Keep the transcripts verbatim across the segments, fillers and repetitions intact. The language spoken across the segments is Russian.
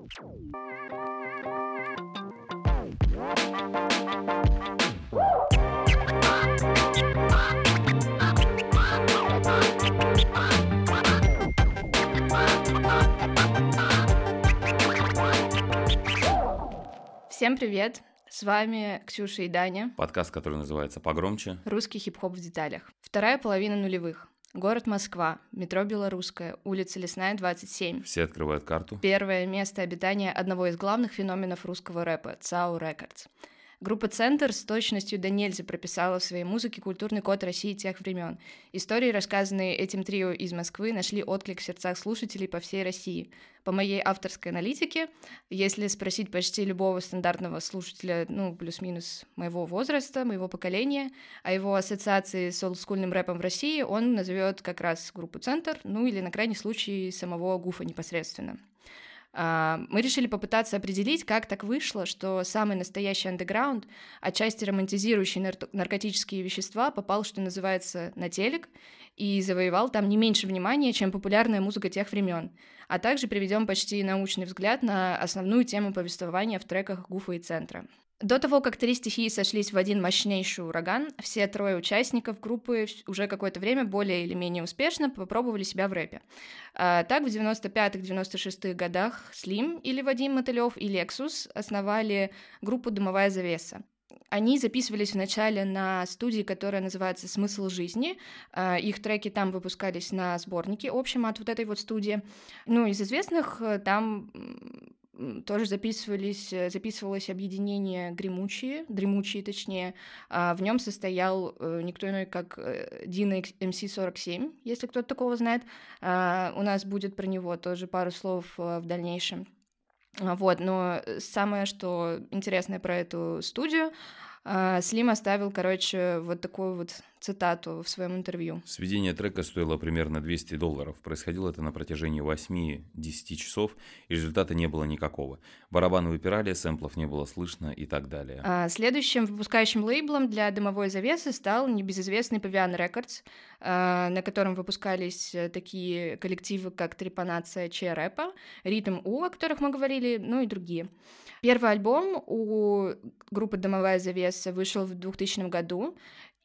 Всем привет! С вами Ксюша и Даня. Подкаст, который называется «Погромче». Русский хип-хоп в деталях. Вторая половина нулевых. Город Москва, метро Белорусская, улица Лесная, двадцать семь. Все открывают карту. Первое место обитания одного из главных феноменов русского рэпа — ЦАУ Рекордс. Группа «Центр» с точностью до нельзя прописала в своей музыке культурный код России тех времен. Истории, рассказанные этим трио из Москвы, нашли отклик в сердцах слушателей по всей России. По моей авторской аналитике, если спросить почти любого стандартного слушателя, ну, плюс-минус моего возраста, моего поколения, о его ассоциации с олдскульным рэпом в России, он назовет как раз группу «Центр», ну или, на крайний случай, самого Гуфа непосредственно. Мы решили попытаться определить, как так вышло, что самый настоящий андеграунд, отчасти романтизирующий нар- наркотические вещества, попал, что называется, на телек и завоевал там не меньше внимания, чем популярная музыка тех времен. А также приведем почти научный взгляд на основную тему повествования в треках Гуфа и Центра. До того, как три стихии сошлись в один мощнейший ураган, все трое участников группы уже какое-то время более или менее успешно попробовали себя в рэпе. А, так, в девяносто пятых-девяносто шестых годах Слим или Вадим Мотылёв и Лексус основали группу «Дымовая завеса». Они записывались вначале на студии, которая называется «Смысл жизни». Их треки там выпускались на сборнике общем от вот этой вот студии. Ну, из известных там тоже записывались, записывалось объединение «Гремучие», «Дремучие», точнее. В нем состоял никто иной, как Dino эм си сорок семь, если кто-то такого знает. У нас будет про него тоже пару слов в дальнейшем. Вот, но самое, что интересное про эту студию, Слим оставил, короче, вот такую вот цитату в своем интервью. Сведение трека стоило примерно двести долларов. Происходило это на протяжении восемь-десять часов, и результата не было никакого. Барабаны выпирали, сэмплов не было слышно и так далее. А следующим выпускающим лейблом для «Дымовой завесы» стал небезызвестный Павиан Рекордс, на котором выпускались такие коллективы, как Трепанация Че Рэпа, Ритм У, о которых мы говорили, ну и другие. Первый альбом у группы «Дымовая завеса» вышел в двухтысячном году.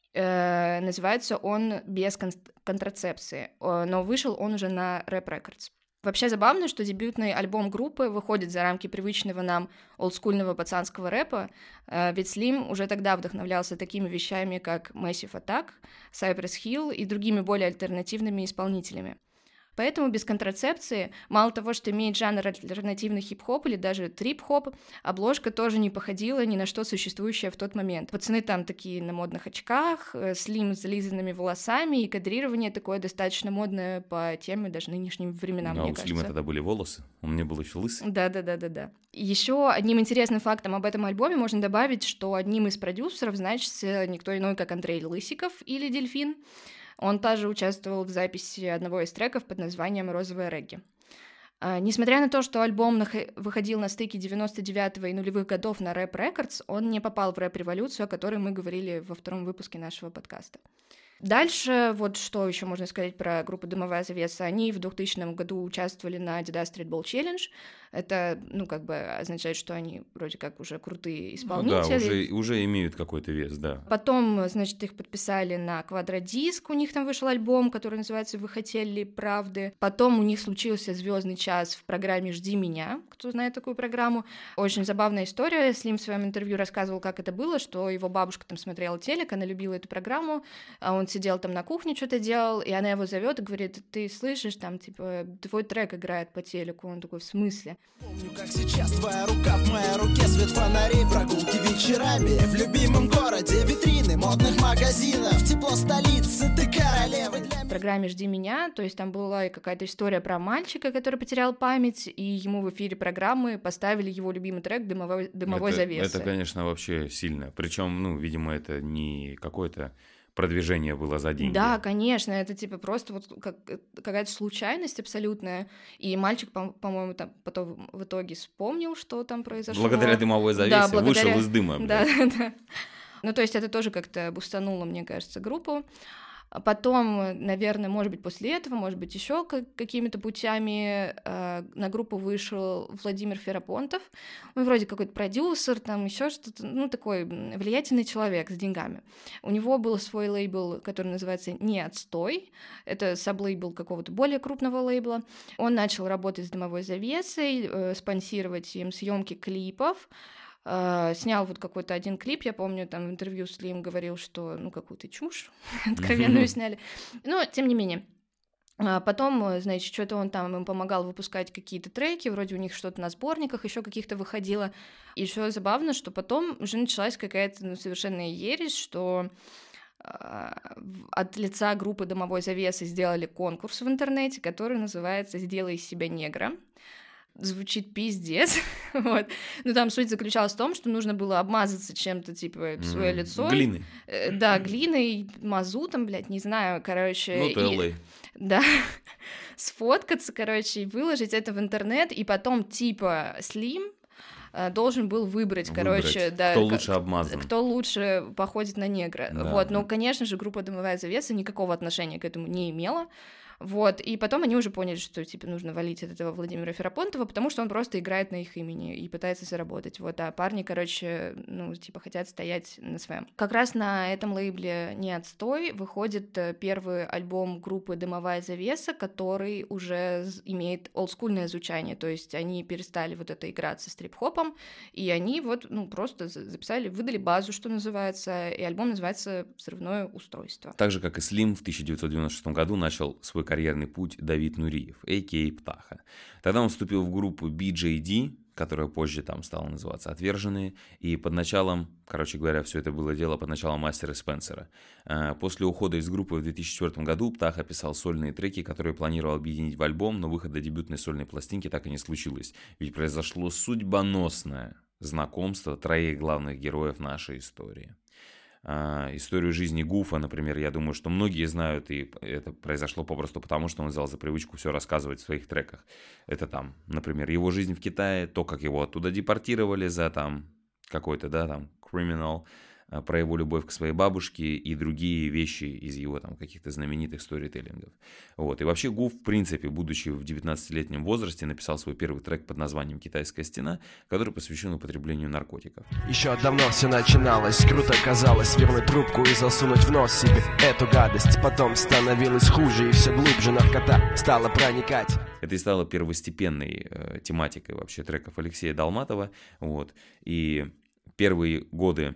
Э, называется он «Без кон- контрацепции», но вышел он уже на Рэп Рекордс. Вообще забавно, что дебютный альбом группы выходит за рамки привычного нам олдскульного пацанского рэпа, э, ведь Слим уже тогда вдохновлялся такими вещами, как Massive Attack, Cypress Hill и другими более альтернативными исполнителями. Поэтому «Без контрацепции» мало того, что имеет жанр альтернативный хип-хоп или даже трип-хоп, обложка тоже не походила ни на что существующее в тот момент. Пацаны там такие на модных очках, Слим с зализанными волосами, и кадрирование такое достаточно модное по тем и даже нынешним временам, да, мне у кажется. Слима тогда были волосы, у меня был еще лысый. Да-да-да-да-да. Еще одним интересным фактом об этом альбоме можно добавить, что одним из продюсеров значится никто иной, как Андрей Лысиков или Дельфин. Он также участвовал в записи одного из треков под названием «Розовое регги». А, несмотря на то, что альбом нах- выходил на стыке девяносто девятого и нулевых годов на Рэп Рекордс, он не попал в рэп-революцию, о которой мы говорили во втором выпуске нашего подкаста. Дальше, вот что еще можно сказать про группу «Дымовая завеса». Они в двухтысячном году участвовали на Adidas Streetball Challenge. Это, ну, как бы означает, что они вроде как уже крутые исполнители. Ну да, уже, уже имеют какой-то вес, да. Потом, значит, их подписали на Квадродиск, у них там вышел альбом, который называется «Вы хотели правды». Потом у них случился звездный час в программе «Жди меня», кто знает такую программу. Очень забавная история. Слим в своем интервью рассказывал, как это было, что его бабушка там смотрела телек, она любила эту программу, а он сидел там на кухне, что-то делал, и она его зовет и говорит: ты слышишь, там, типа, твой трек играет по телеку. Он такой: в смысле? Помню, как сейчас твоя рука в моей руке, свет фонарей, прогулки вечерами в любимом городе, витрины модных магазинов, тепло столицы, ты королева для меня. В программе «Жди меня», то есть там была и какая-то история про мальчика, который потерял память, и ему в эфире программы поставили его любимый трек «Дымовой, дымовой это, завесы». Это, конечно, вообще сильно. Причем, ну, видимо, это не какое-то продвижение было за деньги. Да, конечно, это типа просто вот как, какая-то случайность абсолютная. И мальчик, по- по-моему, там потом в итоге вспомнил, что там произошло. Благодаря дымовой завесе Да, благодаря... вышел из дыма. Да, да. Ну, то есть это тоже как-то бустануло, мне кажется, группу. А потом, наверное, может быть, после этого, может быть, еще какими-то путями э, на группу вышел Владимир Ферапонтов. Он вроде какой-то продюсер, там еще что-то, ну, такой влиятельный человек с деньгами. У него был свой лейбл, который называется «Не отстой». Это саблейбл какого-то более крупного лейбла. Он начал работать с «Дымовой завесой», э, спонсировать им съемки клипов. Uh, снял вот какой-то один клип, я помню, там в интервью Слим говорил, что, ну, какую-то чушь откровенную сняли, но тем не менее. Uh, потом, значит, что-то он там им помогал выпускать какие-то треки, вроде у них что-то на сборниках еще каких-то выходило. И еще забавно, что потом уже началась какая-то, ну, совершенная ересь, что uh, от лица группы «Дымовой завесы» сделали конкурс в интернете, который называется «Сделай из себя негра». Звучит пиздец, вот. Но там суть заключалась в том, что нужно было обмазаться чем-то, типа, свое mm, лицо. Глиной. Э, да, глиной, мазутом, блядь, не знаю, короче. Ну, то и, да, сфоткаться, короче, и выложить это в интернет, и потом, типа, Слим должен был выбрать, выбрать. короче, да, кто лучше обмазан, кто лучше походит на негра. Да. Вот, но, конечно же, группа «Дымовая завеса» никакого отношения к этому не имела. Вот, и потом они уже поняли, что, типа, нужно валить от этого Владимира Ферапонтова, потому что он просто играет на их имени и пытается заработать, вот, а парни, короче, ну, типа, хотят стоять на своем. Как раз на этом лейбле «Не отстой» выходит первый альбом группы «Дымовая завеса», который уже имеет олдскульное звучание, то есть они перестали вот это играться с трип-хопом, и они вот, ну, просто записали, выдали базу, что называется, и альбом называется «Взрывное устройство». Так же, как и Слим, в тысяча девятьсот девяносто шестом году начал свой карьерный путь Давид Нуриев, а.к.а. Птаха. Тогда он вступил в группу би джей ди, которая позже там стала называться «Отверженные», и под началом, короче говоря, все это было дело под началом Мастера Спенсера. После ухода из группы в две тысячи четвёртом году Птаха писал сольные треки, которые планировал объединить в альбом, но выхода дебютной сольной пластинки так и не случилось, ведь произошло судьбоносное знакомство троих главных героев нашей истории. Uh, историю жизни Гуфа, например, я думаю, что многие знают, и это произошло попросту потому, что он взял за привычку все рассказывать в своих треках. Это там, например, его жизнь в Китае, то, как его оттуда депортировали за там какой-то, да, там, криминал, про его любовь к своей бабушке и другие вещи из его там каких-то знаменитых сторителлингов. Вот. И вообще Гуф, в принципе, будучи в девятнадцатилетнем возрасте, написал свой первый трек под названием «Китайская стена», который посвящен употреблению наркотиков. Еще давно все начиналось, круто казалось свернуть трубку и засунуть в нос себе эту гадость. Потом становилось хуже, и все глубже наркота стала проникать. Это и стало первостепенной э, тематикой вообще треков Алексея Долматова. Вот. И первые годы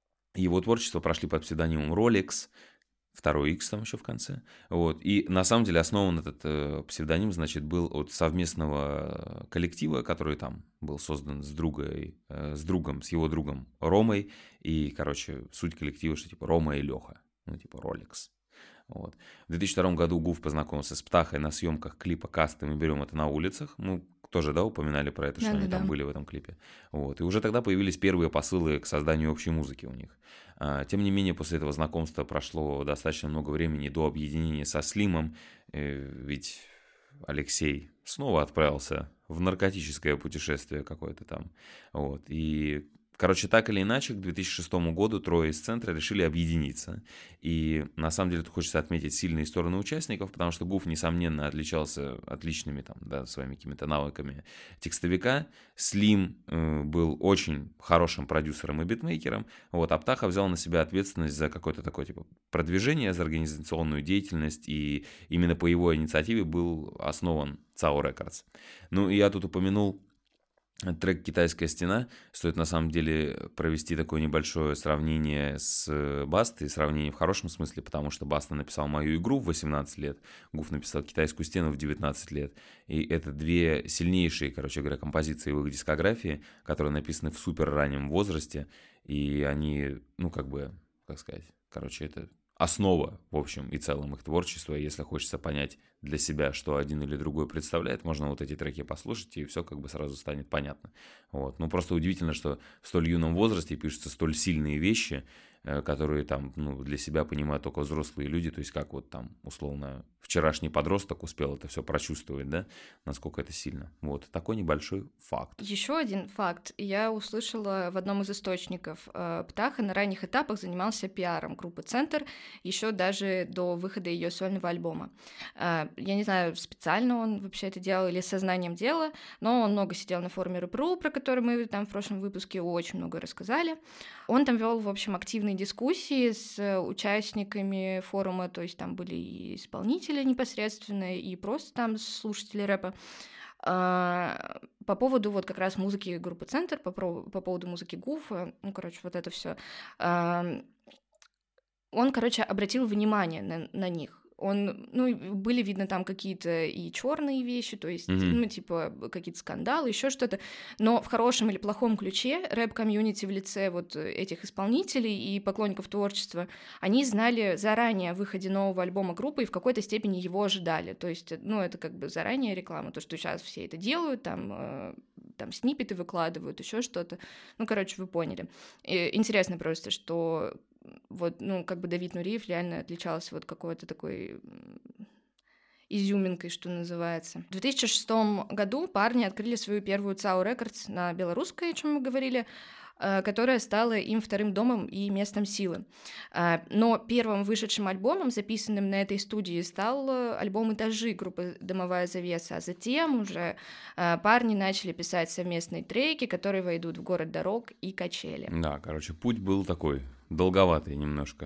его творчество прошли под псевдонимом Rolex, второй X там еще в конце. Вот. И на самом деле основан этот э, псевдоним, значит, был от совместного коллектива, который там был создан с, другой, э, с другом, с его другом Ромой. И, короче, суть коллектива, что типа Рома и Леха, ну типа Rolex. Вот. В две тысячи втором году Гуф познакомился с Птахой на съемках клипа «Касты мы берем это на улицах». Ну, тоже, да, упоминали про это, что да, они да, там да. были в этом клипе. Вот. И уже тогда появились первые посылы к созданию общей музыки у них. А, тем не менее, после этого знакомства прошло достаточно много времени до объединения со Слимом, э, ведь Алексей снова отправился в наркотическое путешествие какое-то там. Вот. И... Короче, так или иначе, к две тысячи шестому году трое из центра решили объединиться. И на самом деле тут хочется отметить сильные стороны участников, потому что Гуф, несомненно, отличался отличными там, да, своими какими-то навыками текстовика. Слим э, был очень хорошим продюсером и битмейкером. Вот, а Птаха взял на себя ответственность за какое-то такое типа продвижение, за организационную деятельность. И именно по его инициативе был основан ЦАО Records. Ну, и я тут упомянул трек «Китайская стена». Стоит на самом деле провести такое небольшое сравнение с Бастой, сравнение в хорошем смысле, потому что Баста написал «Мою игру» в восемнадцать лет, Гуф написал «Китайскую стену» в девятнадцать лет. И это две сильнейшие, короче говоря, композиции в их дискографии, которые написаны в супер раннем возрасте, и они, ну как бы, как сказать, короче, это... основа, в общем и целом их творчества. Если хочется понять для себя, что один или другой представляет, можно вот эти треки послушать, и все как бы сразу станет понятно. Вот. Ну, просто удивительно, что в столь юном возрасте пишутся столь сильные вещи, которые там, ну, для себя понимают только взрослые люди, то есть как вот там, условно, вчерашний подросток успел это все прочувствовать, да, насколько это сильно. Вот, такой небольшой факт. Еще один факт. Я услышала в одном из источников. Птаха на ранних этапах занимался пиаром группы «Центр», еще даже до выхода ее сольного альбома. Я не знаю, специально он вообще это делал или сознанием дела, но он много сидел на форуме рэп.ру, про который мы там в прошлом выпуске очень много рассказали. Он там вел, в общем, активные дискуссии с участниками форума, то есть там были и исполнители непосредственно, и просто там слушатели рэпа. По поводу вот как раз музыки группы «Центр», по, по поводу музыки Гуфа, ну, короче, вот это все. Он, короче, обратил внимание на, на них. Он, ну, были видно там какие-то и черные вещи, то есть, mm-hmm. ну, типа, какие-то скандалы, еще что-то, но в хорошем или плохом ключе рэп-комьюнити в лице вот этих исполнителей и поклонников творчества, они знали заранее о выходе нового альбома группы и в какой-то степени его ожидали, то есть, ну, это как бы заранее реклама, то, что сейчас все это делают, там, э, там сниппеты выкладывают, еще что-то, ну, короче, вы поняли. И интересно просто, что вот, ну, как бы Давид Нуриев реально отличался вот какой-то такой изюминкой, что называется. В две тысячи шестом году парни открыли свою первую ЦАУ Рекордс на белорусской, о чем мы говорили, которая стала им вторым домом и местом силы. Но первым вышедшим альбомом, записанным на этой студии, стал альбом «Этажи» группы «Дымовая завеса», а затем уже парни начали писать совместные треки, которые войдут в «Город дорог» и «Качели». Да, короче, путь был такой долговатый немножко.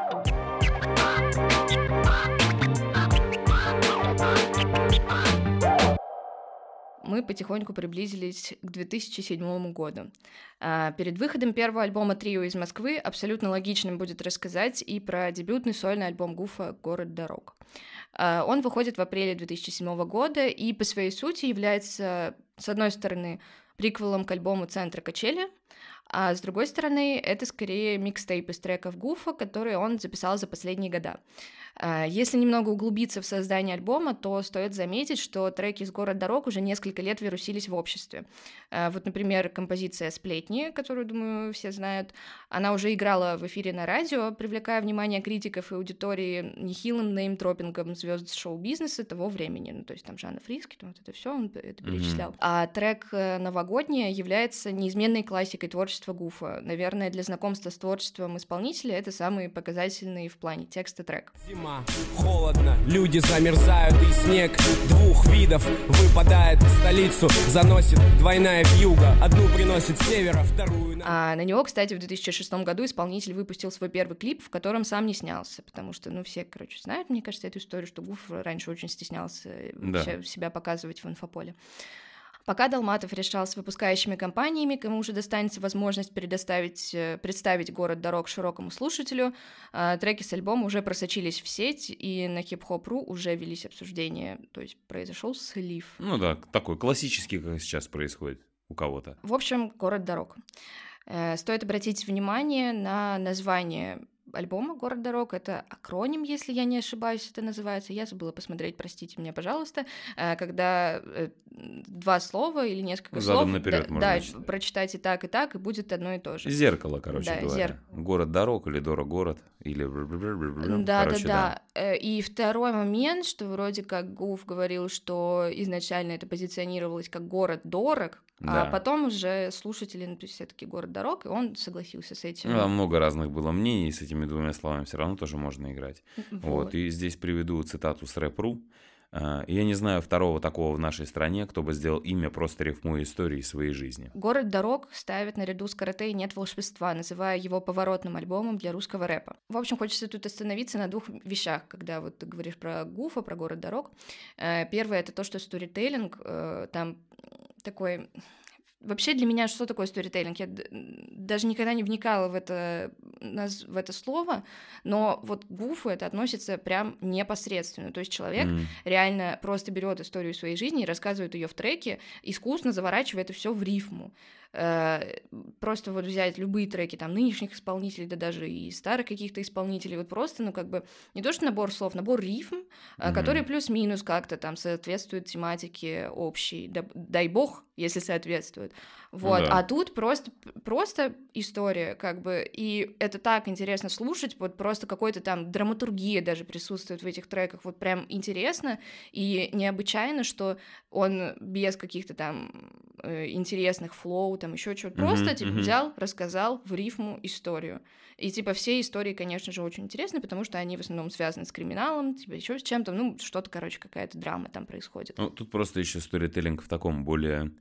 Мы потихоньку приблизились к две тысячи седьмому году. Перед выходом первого альбома трио из Москвы абсолютно логичным будет рассказать и про дебютный сольный альбом Гуфа «Город дорог». Он выходит в апреле две тысячи седьмого года и по своей сути является, с одной стороны, приквелом к альбому «Центра Качели», а с другой стороны, это скорее микстейп из треков Гуфа, которые он записал за последние года. Если немного углубиться в создание альбома, то стоит заметить, что треки из «Город дорог» уже несколько лет вирусились в обществе. Вот, например, композиция «Сплетни», которую, думаю, все знают, она уже играла в эфире на радио, привлекая внимание критиков и аудитории нехилым неймдропингом звезд шоу-бизнеса того времени. Ну, то есть там Жанна Фриске, вот это все он это перечислял. Mm-hmm. А трек «Новогодняя» является неизменной классикой творчества Гуфа. Наверное, для знакомства с творчеством исполнителя это самый показательный в плане текста трек. Зима, холодно, люди замерзают, и снег двух видов выпадает в столицу, заносит двойная вьюга, одну приносит с севера, вторую на... А на него, кстати, в две тысячи шестом году исполнитель выпустил свой первый клип, в котором сам не снялся, потому что, ну, все, короче, знают, мне кажется, эту историю, что Гуф раньше очень стеснялся да. себя показывать в инфополе. Пока Долматов решал с выпускающими компаниями, кому уже достанется возможность предоставить, представить «Город дорог» широкому слушателю, треки с альбома уже просочились в сеть, и на хип-хоп точка ру уже велись обсуждения, то есть произошел слив. Ну да, такой классический, как сейчас происходит у кого-то. В общем, «Город дорог». Стоит обратить внимание на название альбома «Город дорог». Это акроним, если я не ошибаюсь, это называется. Я забыла посмотреть, простите меня, пожалуйста. Когда два слова или несколько Задом слов наперёд да, можно да, читать. Прочитать и так, и так, и будет одно и то же. Зеркало, короче да, говоря. Зер... Город дорог или дорог-город, или... Да, короче, да, да. И второй момент, что вроде как Гуф говорил, что изначально это позиционировалось как «Город дорог», да. А потом уже слушатели написали все-таки «Город дорог», и он согласился с этим. Ну, много разных было мнений, и с этими двумя словами все равно тоже можно играть. Вот. Вот. И здесь приведу цитату с рэп точка ру. «Я не знаю второго такого в нашей стране, кто бы сделал имя, просто рифмуя истории своей жизни». «Город дорог» ставит наряду с «Карате и нет волшебства», называя его поворотным альбомом для русского рэпа. В общем, хочется тут остановиться на двух вещах, когда вот ты говоришь про Гуфа, про «Город дорог». Первое — это то, что сторителлинг там такой... Вообще для меня что такое сторителлинг? Я даже никогда не вникала в это, в это слово, но вот к Гуфу это относится прям непосредственно. То есть человек mm. реально просто берет историю своей жизни и рассказывает ее в треке, искусно заворачивая это все в рифму. Просто вот взять любые треки там нынешних исполнителей, да даже и старых каких-то исполнителей, вот просто, ну как бы, не то что набор слов, набор рифм, mm-hmm. которые плюс-минус как-то там соответствуют тематике общей, да, дай бог, если соответствует. Вот, да. А тут просто, просто история, как бы, и это это так интересно слушать, вот просто какой-то там драматургия даже присутствует в этих треках, вот прям интересно и необычайно, что он без каких-то там э, интересных флоу, там еще чего-то, Мгм, просто, типа, мгм. взял, рассказал в рифму историю. И, типа, все истории, конечно же, очень интересны, потому что они в основном связаны с криминалом, типа, еще с чем-то, ну, что-то, короче, какая-то драма там происходит. Ну, тут просто еще сторителлинг в таком более,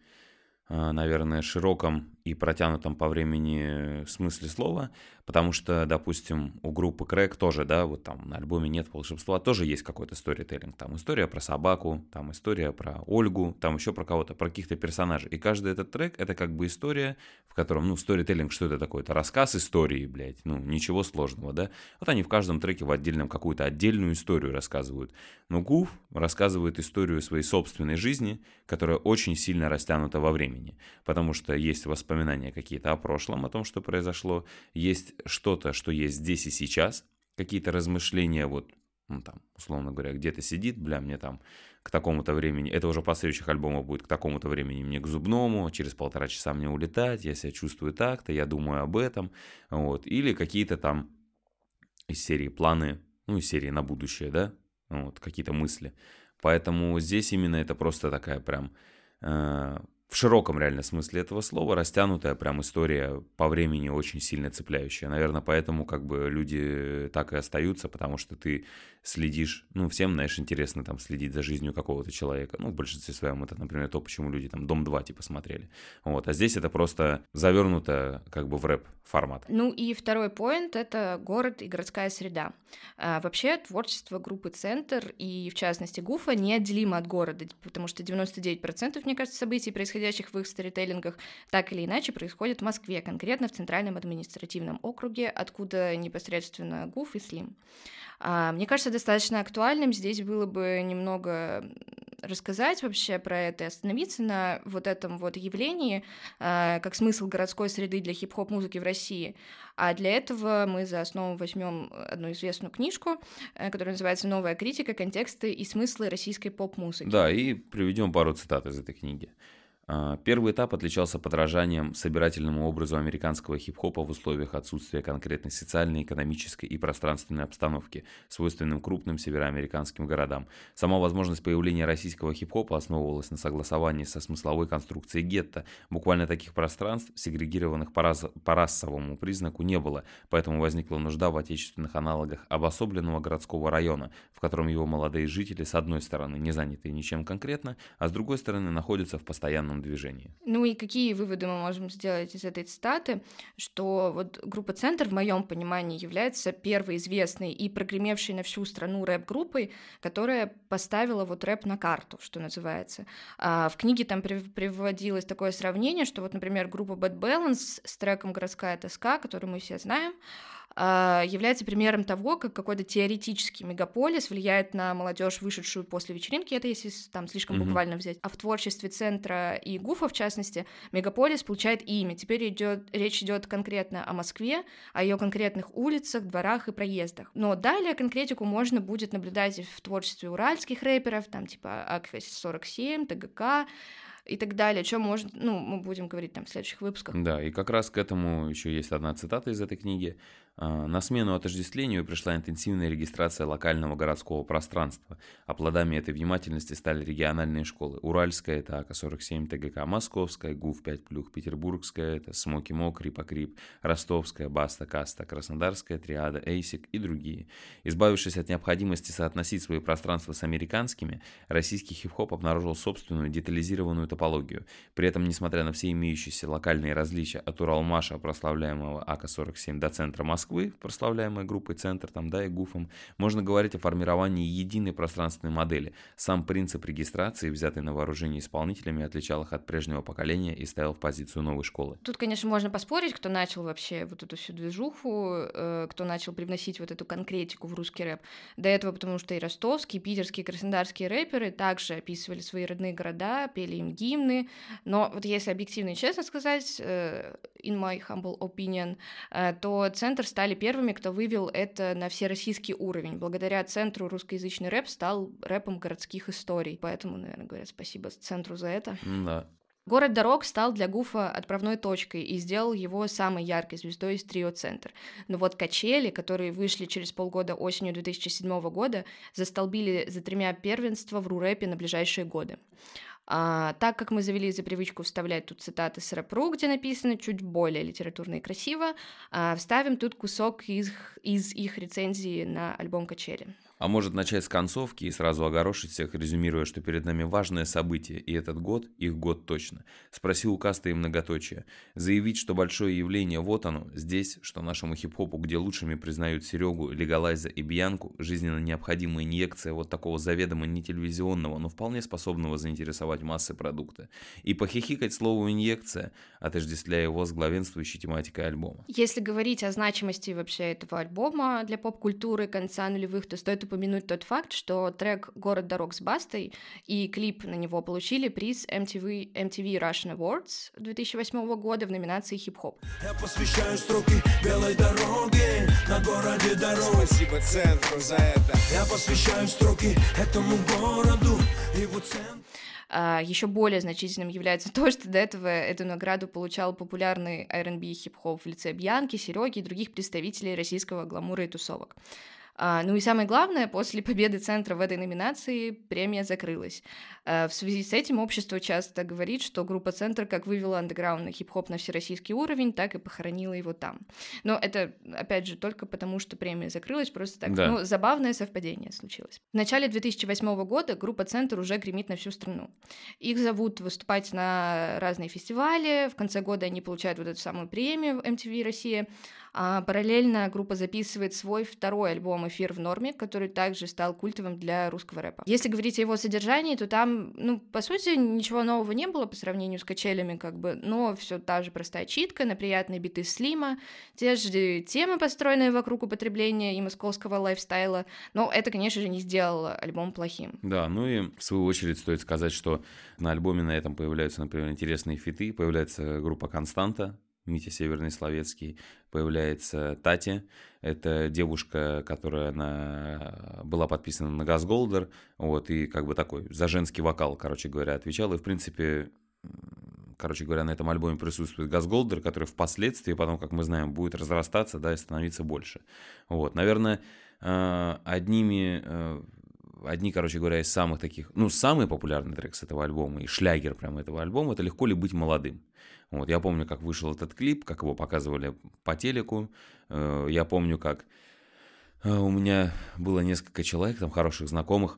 а, наверное, широком и протянутом по времени смысле слова, потому что, допустим, у группы Крэк тоже, да, вот там на альбоме «Нет волшебства» тоже есть какой-то сторителлинг, там история про собаку, там история про Ольгу, там еще про кого-то, про каких-то персонажей, и каждый этот трек — это как бы история, в котором, ну, сторителлинг, что это такое? Это рассказ истории, блядь, ну, ничего сложного, да, вот они в каждом треке в отдельном какую-то отдельную историю рассказывают, но Гуф рассказывает историю своей собственной жизни, которая очень сильно растянута во времени, потому что есть воспоминания какие-то о прошлом, о том, что произошло, есть что-то, что есть здесь и сейчас, какие-то размышления, вот, ну, там, условно говоря, где-то сидит, бля, мне там к такому-то времени, это уже по следующих альбомах будет, к такому-то времени мне к зубному, через полтора часа мне улетать, я себя чувствую так-то, я думаю об этом, вот, или какие-то там из серии планы, ну, из серии на будущее, да, вот, какие-то мысли. Поэтому здесь именно это просто такая прям э, в широком реально смысле этого слова растянутая прям история по времени очень сильно цепляющая. Наверное, поэтому как бы люди так и остаются, потому что ты следишь, ну, всем, знаешь, интересно там следить за жизнью какого-то человека. Ну, в большинстве своем это, например, то, почему люди там «Дом два» типа смотрели. Вот, а здесь это просто завернуто как бы в рэп-формат. Ну и второй поинт — это город и городская среда. А, вообще творчество группы «Центр» и, в частности, Гуфа неотделимо от города, потому что девяносто девять процентов, мне кажется, событий, происходящих в их сторителлингах, так или иначе происходят в Москве, конкретно в Центральном административном округе, откуда непосредственно Гуф и Слим. А, мне кажется, достаточно актуальным здесь было бы немного рассказать вообще про это и остановиться на вот этом вот явлении, э, как смысл городской среды для хип-хоп-музыки в России. А для этого мы за основу возьмем одну известную книжку, э, которая называется «Новая критика. Контексты и смыслы российской поп-музыки». Да, и приведем пару цитат из этой книги. Первый этап отличался подражанием собирательному образу американского хип-хопа в условиях отсутствия конкретной социальной, экономической и пространственной обстановки, свойственным крупным североамериканским городам. Сама возможность появления российского хип-хопа основывалась на согласовании со смысловой конструкцией гетто. Буквально таких пространств, сегрегированных по, раз... по расовому признаку, не было, поэтому возникла нужда в отечественных аналогах обособленного городского района, в котором его молодые жители, с одной стороны, не занятые ничем конкретно, а с другой стороны, находятся в постоянном движении. Ну и какие выводы мы можем сделать из этой цитаты? Что вот группа «Центр», в моем понимании, является первой известной и прогремевшей на всю страну рэп-группой, которая поставила вот рэп на карту, что называется. А в книге там приводилось такое сравнение, что вот, например, группа Bad Balance с треком «Городская тоска», который мы все знаем, является примером того, как какой-то теоретический мегаполис влияет на молодежь, вышедшую после вечеринки, это если там слишком mm-hmm. буквально взять. А в творчестве «Центра» и Гуфа, в частности, мегаполис получает имя. Теперь идет, речь идет конкретно о Москве, о ее конкретных улицах, дворах и проездах. Но далее конкретику можно будет наблюдать в творчестве уральских рэперов, там типа эй кей сорок семь, тэ гэ ка и так далее, о чем может, ну, мы будем говорить там в следующих выпусках. Да, и как раз к этому еще есть одна цитата из этой книги. На смену отождествлению пришла интенсивная регистрация локального городского пространства, а плодами этой внимательности стали региональные школы. Уральская — это эй кей сорок семь, тэ гэ ка Московская, ГУФ пять плюх, Петербургская — это Смоки Мок, Рипокрип, Ростовская, Баста, Каста, Краснодарская, Триада, Эйсик и другие. Избавившись от необходимости соотносить свои пространства с американскими, российский хип-хоп обнаружил собственную детализированную топологию. При этом, несмотря на все имеющиеся локальные различия от Уралмаша, прославляемого эй кей сорок семь, до центра Москвы, прославляемой группой «Центр», там, да, и Гуфом, можно говорить о формировании единой пространственной модели. Сам принцип регистрации, взятый на вооружение исполнителями, отличал их от прежнего поколения и ставил в позицию новой школы. Тут, конечно, можно поспорить, кто начал вообще вот эту всю движуху, э, кто начал привносить вот эту конкретику в русский рэп. До этого, потому что и ростовские, и питерские, и краснодарские рэперы также описывали свои родные города, пели им гимны, но вот если объективно и честно сказать, э, in my humble opinion, э, то «Центр» стали первыми, кто вывел это на всероссийский уровень. Благодаря «Центру» русскоязычный рэп стал рэпом городских историй. Поэтому, наверное, говорят спасибо «Центру» за это. Да. Город дорог стал для Гуфа отправной точкой и сделал его самой яркой звездой из трио «Центр». Но вот «Качели», которые вышли через полгода осенью две тысячи седьмого года, застолбили за тремя первенства в рурэпе на ближайшие годы. А, так как мы завели за привычку вставлять тут цитаты с рэп.ру, где написано чуть более литературно и красиво, а, вставим тут кусок из, из их рецензии на альбом «Качели». А может начать с концовки и сразу огорошить всех, резюмируя, что перед нами важное событие, и этот год, их год точно. Спросил у каста и многоточие. Заявить, что большое явление, вот оно, здесь, что нашему хип-хопу, где лучшими признают Серегу, Легалайза и Бьянку, жизненно необходимая инъекция вот такого заведомо не телевизионного, но вполне способного заинтересовать массы продукта. И похихикать слово «инъекция», отождествляя его с главенствующей тематикой альбома. Если говорить о значимости вообще этого альбома для поп-культуры конца нулевых, то стоит упомянуть тот факт, что трек «Город дорог» с Бастой и клип на него получили приз эм ти ви, эм ти ви Russian Awards две тысячи восьмого года в номинации «Хип-хоп». Я посвящаю строки белой дороги на городе дорог. Спасибо центру за это. Я посвящаю строки этому городу, его центру. А еще более значительным является то, что до этого эту награду получал популярный ар энд би и хип-хоп в лице Бьянки, Сереги и других представителей российского гламура и тусовок. А, ну и самое главное, после победы Центра в этой номинации премия закрылась. А, в связи с этим общество часто говорит, что группа «Центр» как вывела андеграундный хип-хоп на всероссийский уровень, так и похоронила его там. Но это, опять же, только потому, что премия закрылась, просто так, да. ну, забавное совпадение случилось. В начале две тысячи восьмого года группа «Центр» уже гремит на всю страну. Их зовут выступать на разные фестивали, в конце года они получают вот эту самую премию эм ти ви Россия. А параллельно группа записывает свой второй альбом «Эфир в норме», который также стал культовым для русского рэпа. Если говорить о его содержании, то там, ну, по сути, ничего нового не было по сравнению с «Качелями», как бы, но все та же простая читка на приятные биты Слима, те же темы, построенные вокруг употребления и московского лайфстайла, но это, конечно же, не сделало альбом плохим. Да, ну и в свою очередь стоит сказать, что на альбоме на этом появляются, например, интересные фиты, появляется группа «Константа», Митя Северный Словецкий, появляется Тати, это девушка, которая на... была подписана на Газголдер, вот, и как бы такой за женский вокал, короче говоря, отвечала, и, в принципе, короче говоря, на этом альбоме присутствует Газголдер, который впоследствии, потом, как мы знаем, будет разрастаться, да, и становиться больше. Вот, наверное, одними... Одни, короче говоря, из самых таких, ну, самый популярный трек с этого альбома и шлягер прямо этого альбома — это «Легко ли быть молодым?». Вот, я помню, как вышел этот клип, как его показывали по телеку. Я помню, как у меня было несколько человек, там, хороших знакомых,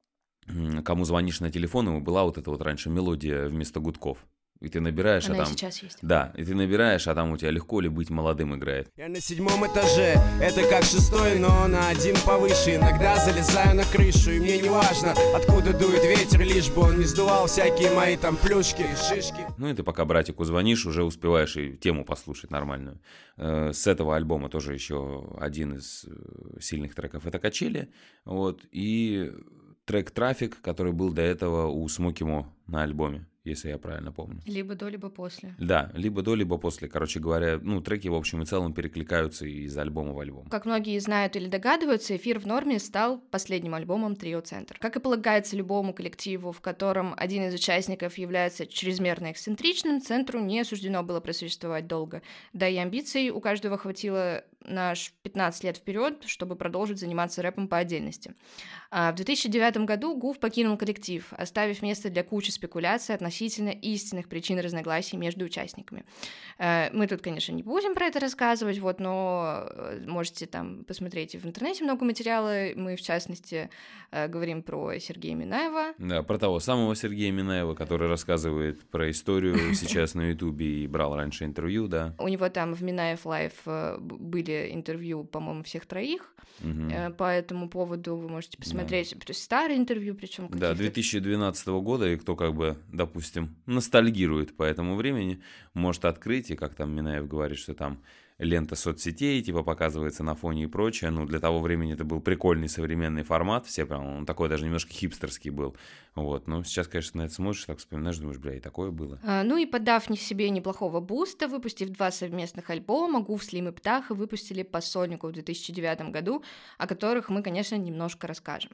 кому звонишь на телефон, и была вот эта вот раньше мелодия вместо гудков. И ты набираешь, Она а там... сейчас есть. Да, и ты набираешь, а там у тебя «Легко ли быть молодым» играет. Я на седьмом этаже, это как шестой, но на один повыше. Иногда залезаю на крышу, и мне не важно, откуда дует ветер, лишь бы он не сдувал всякие мои там плюшки и шишки. Ну и ты пока братику звонишь, уже успеваешь и тему послушать нормальную. С этого альбома тоже еще один из сильных треков — это «Качели». Вот, и трек «Трафик», который был до этого у Смоки Мо на альбоме, если я правильно помню. Либо до, либо после. Да, либо до, либо после. Короче говоря, ну, треки, в общем и целом, перекликаются из альбома в альбом. Как многие знают или догадываются, «Эфир в норме» стал последним альбомом трио «Центр». Как и полагается любому коллективу, в котором один из участников является чрезмерно эксцентричным, «Центру» не суждено было просуществовать долго. Да и амбиций у каждого хватило на пятнадцать лет вперед, чтобы продолжить заниматься рэпом по отдельности. А в две тысячи девятом году Гуф покинул коллектив, оставив место для кучи спекуляций относительно истинных причин разногласий между участниками. Мы тут, конечно, не будем про это рассказывать, вот, но можете там посмотреть в интернете много материала. Мы, в частности, говорим про Сергея Минаева. Да, про того самого Сергея Минаева, который рассказывает про историю сейчас на Ютубе и брал раньше интервью, да. У него там в Минаев Лайф были интервью, по-моему, всех троих. Угу. По этому поводу вы можете посмотреть, да, старые интервью, причем да, две тысячи двенадцатого года, и кто как бы, допустим, ностальгирует по этому времени, может открыть, и как там Минаев говорит, что там лента соцсетей, типа, показывается на фоне и прочее. Ну, для того времени это был прикольный современный формат, все прям, он такой даже немножко хипстерский был. Вот, но сейчас, конечно, на это смотришь, так вспоминаешь, думаешь, бля, и такое было. А, ну и подав не себе неплохого буста, выпустив два совместных альбома, Гуф, Слим и Птаха выпустили по сольнику в две тысячи девятом году, о которых мы, конечно, немножко расскажем.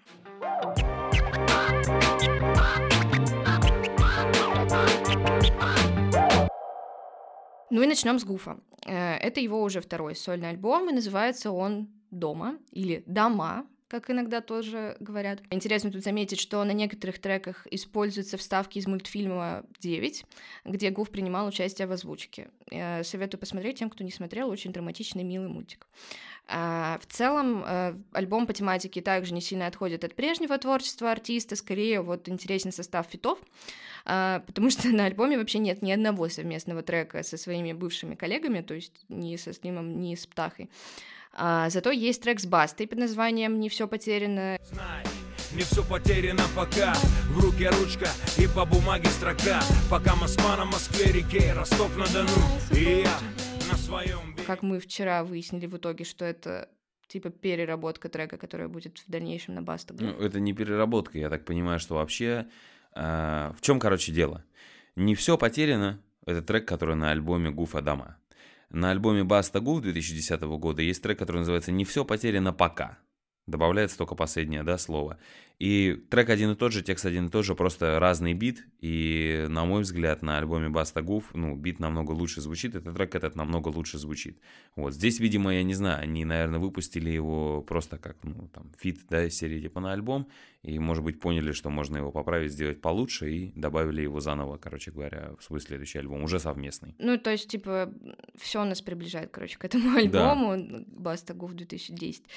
Ну и начнем с Гуфа. Это его уже второй сольный альбом, и называется он «Дома» или «Дома», как иногда тоже говорят. Интересно тут заметить, что на некоторых треках используются вставки из мультфильма «девять», где Гуф принимал участие в озвучке. Я советую посмотреть тем, кто не смотрел, очень драматичный, милый мультик. А, в целом, альбом по тематике также не сильно отходит от прежнего творчества артиста, скорее вот интересен состав фитов, а, потому что на альбоме вообще нет ни одного совместного трека со своими бывшими коллегами, то есть ни со Слимом, ни с Птахой. А, зато есть трек с Бастой под названием «Не все потеряно». Знай, не все потеряно пока. В руке ручка и по бумаге строка. Пока Москва на Москве реке, Ростов-на-Дону. И я на своем берегу. Как мы вчера выяснили в итоге, что это типа переработка трека, которая будет в дальнейшем на Баста. Ну, это не переработка, я так понимаю, что вообще... Э, в чем, короче, дело? «Не все потеряно» — это трек, который на альбоме Гуфа «Дома». На альбоме Баста Гуф две тысячи десятого года есть трек, который называется «Не все потеряно пока». Добавляется только последнее, да, слово. И трек один и тот же, текст один и тот же, просто разный бит. И, на мой взгляд, на альбоме Баста Гуф, ну, бит намного лучше звучит, этот трек этот намного лучше звучит. Вот, здесь, видимо, я не знаю, они, наверное, выпустили его просто как, ну, там, фит, да, из серии типа на альбом, и, может быть, поняли, что можно его поправить, сделать получше, и добавили его заново, короче говоря, в свой следующий альбом, уже совместный. Ну, то есть, типа, все нас приближает, короче, к этому альбому, да. Баста Гуф две тысячи десятый.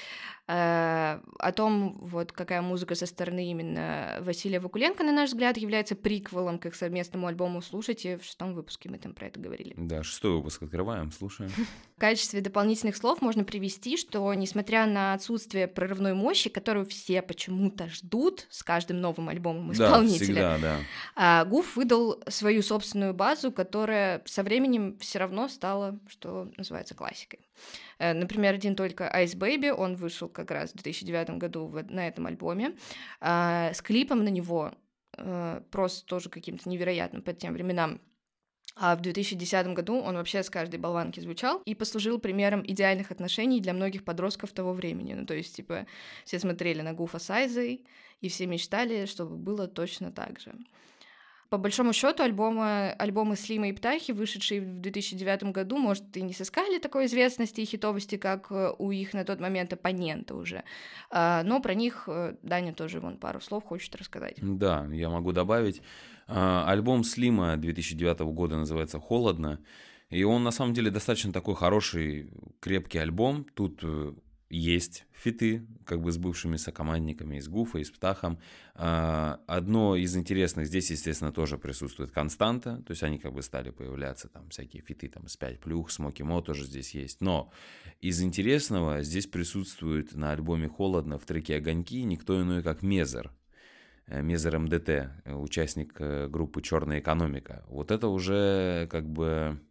А, о том, вот, какая музыка со стороны именно Василия Вакуленко, на наш взгляд, является приквелом к их совместному альбому «Слушайте». В шестом выпуске мы там про это говорили. Да, шестой выпуск открываем, слушаем. В качестве дополнительных слов можно привести, что, несмотря на отсутствие прорывной мощи, которую все почему-то ждут с каждым новым альбомом исполнителя, да, всегда, да. Гуф выдал свою собственную базу, которая со временем все равно стала, что называется, классикой. Например, один только Ice Baby, он вышел как раз в две тысячи девятом году на этом альбоме, с клипом на него, просто тоже каким-то невероятным по тем временам. А в две тысячи десятом году он вообще с каждой болванки звучал и послужил примером идеальных отношений для многих подростков того времени. Ну, то есть, типа, все смотрели на Гуфа с Айзой, и все мечтали, чтобы было точно так же. По большому счету, альбомы, альбомы Слима и Птахи, вышедшие в две тысячи девятом году, может, и не сыскали такой известности и хитовости, как у их на тот момент оппонента уже. Но про них Даня тоже вон пару слов хочет рассказать. Да, я могу добавить. Альбом Слима две тысячи девятого года называется «Холодно», и он на самом деле достаточно такой хороший, крепкий альбом. Тут есть фиты, как бы с бывшими сокомандниками, из Гуфа, и с Птахом. Одно из интересных, здесь, естественно, тоже присутствует Константа, то есть они как бы стали появляться, там, всякие фиты, там, с пять плюх, Смоки Мо тоже здесь есть. Но из интересного здесь присутствует на альбоме «Холодно» в треке «Огоньки» никто иной, как Мезер. Мезер МДТ, участник группы «Черная экономика». Вот это уже как бы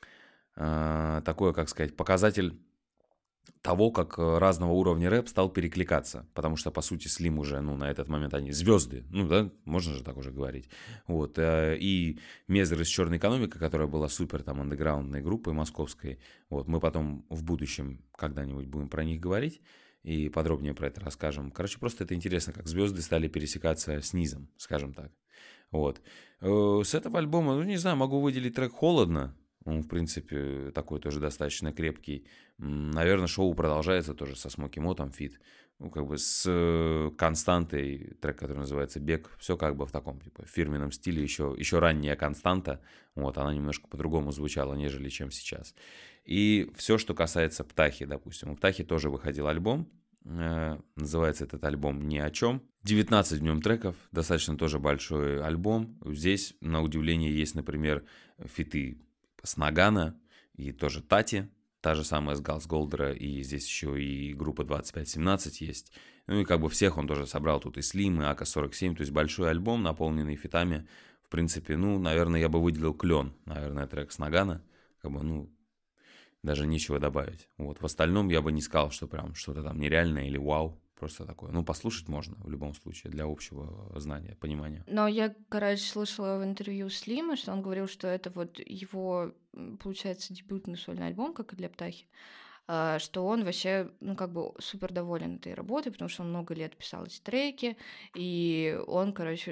такой, как сказать, показатель того, как разного уровня рэп стал перекликаться, потому что, по сути, Слим уже, ну, на этот момент они звезды, ну, да, можно же так уже говорить, вот, и Мезер из «Черной экономики», которая была супер, там, андеграундной группой московской, вот, мы потом в будущем когда-нибудь будем про них говорить и подробнее про это расскажем. Короче, просто это интересно, как звезды стали пересекаться с низом, скажем так, вот. С этого альбома, ну, не знаю, могу выделить трек «Холодно». Он, в принципе, такой тоже достаточно крепкий. Наверное, шоу продолжается тоже со Смоки Мо, там фит. Ну, как бы с Константой, трек, который называется «Бег». Все как бы в таком, типа, фирменном стиле. Еще, еще ранняя Константа. Вот, она немножко по-другому звучала, нежели чем сейчас. И все, что касается Птахи, допустим. У Птахи тоже выходил альбом. Называется этот альбом «Ни о чем». девятнадцать в нем треков, достаточно тоже большой альбом. Здесь, на удивление, есть, например, фиты с Нагана и тоже Тати, та же самая с Галс Голдера, и здесь еще и группа двадцать пять семнадцать есть. Ну и как бы всех он тоже собрал, тут и Слим, и АК сорок семь, то есть большой альбом, наполненный фитами. В принципе, ну, наверное, я бы выделил «Клен», наверное, трек с Нагана, как бы, ну, даже нечего добавить. Вот, в остальном я бы не сказал, что прям что-то там нереальное или вау. Просто такое. Ну, послушать можно в любом случае, для общего знания, понимания. Но я, короче, слышала в интервью Слима, что он говорил, что это вот его, получается, дебютный сольный альбом, как и для Птахи, что он вообще, ну, как бы супер доволен этой работой, потому что он много лет писал эти треки, и он, короче,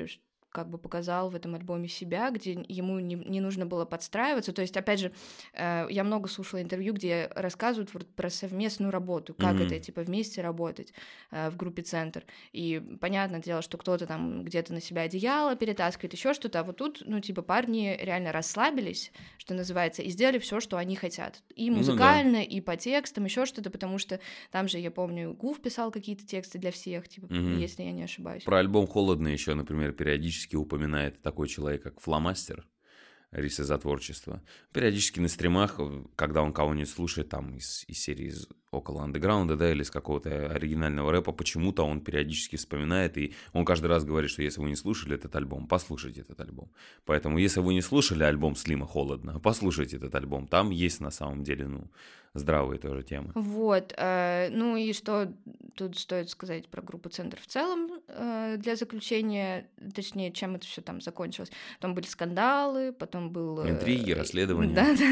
как бы показал в этом альбоме себя, где ему не, не нужно было подстраиваться. То есть, опять же, э, я много слушала интервью, где рассказывают вот про совместную работу, как mm-hmm. это, типа, вместе работать э, в группе «Центр». И понятное дело, что кто-то там где-то на себя одеяло перетаскивает, еще что-то, а вот тут, ну, типа, парни реально расслабились, что называется, и сделали все, что они хотят. И музыкально, ну, да. и по текстам, еще что-то, потому что там же, я помню, Гуф писал какие-то тексты для всех, типа, mm-hmm. если я не ошибаюсь. Про альбом «Холодно» еще, например, периодически упоминает такой человек, как Фломастер, Риса за творчество. Периодически на стримах, когда он кого-нибудь слушает, там, из, из серии из около андеграунда, да, или из какого-то оригинального рэпа, почему-то он периодически вспоминает, и он каждый раз говорит, что если вы не слушали этот альбом, послушайте этот альбом. Поэтому, если вы не слушали альбом Слима «Холодно», послушайте этот альбом. Там есть, на самом деле, ну, здравые тоже темы. Вот. Э, ну и что тут стоит сказать про группу «Центр» в целом э, для заключения, точнее, чем это все там закончилось. Потом были скандалы, потом был... Э, Интриги, расследования. Да-да.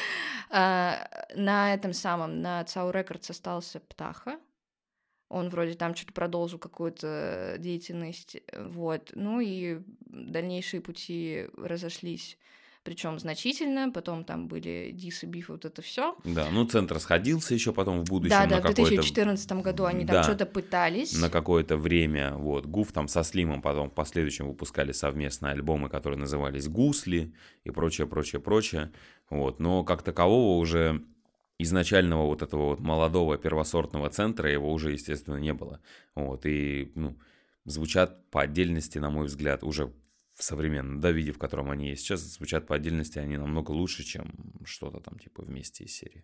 На этом самом, на цау Records остался Птаха. Он вроде там что-то продолжил какую-то деятельность. Вот. Ну и дальнейшие пути разошлись. Причем значительно, потом там были дисы, бифы, вот это все. Да, ну Центр сходился еще потом в будущем. Да, на да, в две тысячи четырнадцатом году они да, там что-то пытались. На какое-то время, вот, Гуф там со Слимом потом в последующем выпускали совместные альбомы, которые назывались «Гусли» и прочее, прочее, прочее. Вот, но как такового уже изначального вот этого вот молодого первосортного Центра его уже, естественно, не было. Вот, и, ну, звучат по отдельности, на мой взгляд, уже в современном, да, виде, в котором они есть сейчас, звучат по отдельности, они намного лучше, чем что-то там типа вместе из серии.